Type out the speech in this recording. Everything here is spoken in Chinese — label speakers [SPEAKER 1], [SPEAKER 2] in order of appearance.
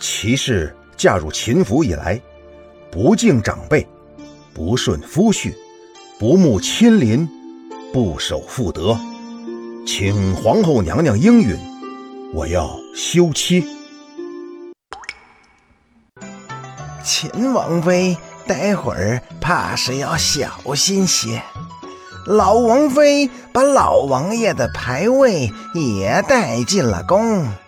[SPEAKER 1] 其氏嫁入秦府以来，不敬长辈，不顺夫婿，不慕亲邻，不守妇德，请皇后娘娘应允，我要休妻。
[SPEAKER 2] 秦王妃待会儿怕是要小心些，老王妃把老王爷的牌位也带进了宫。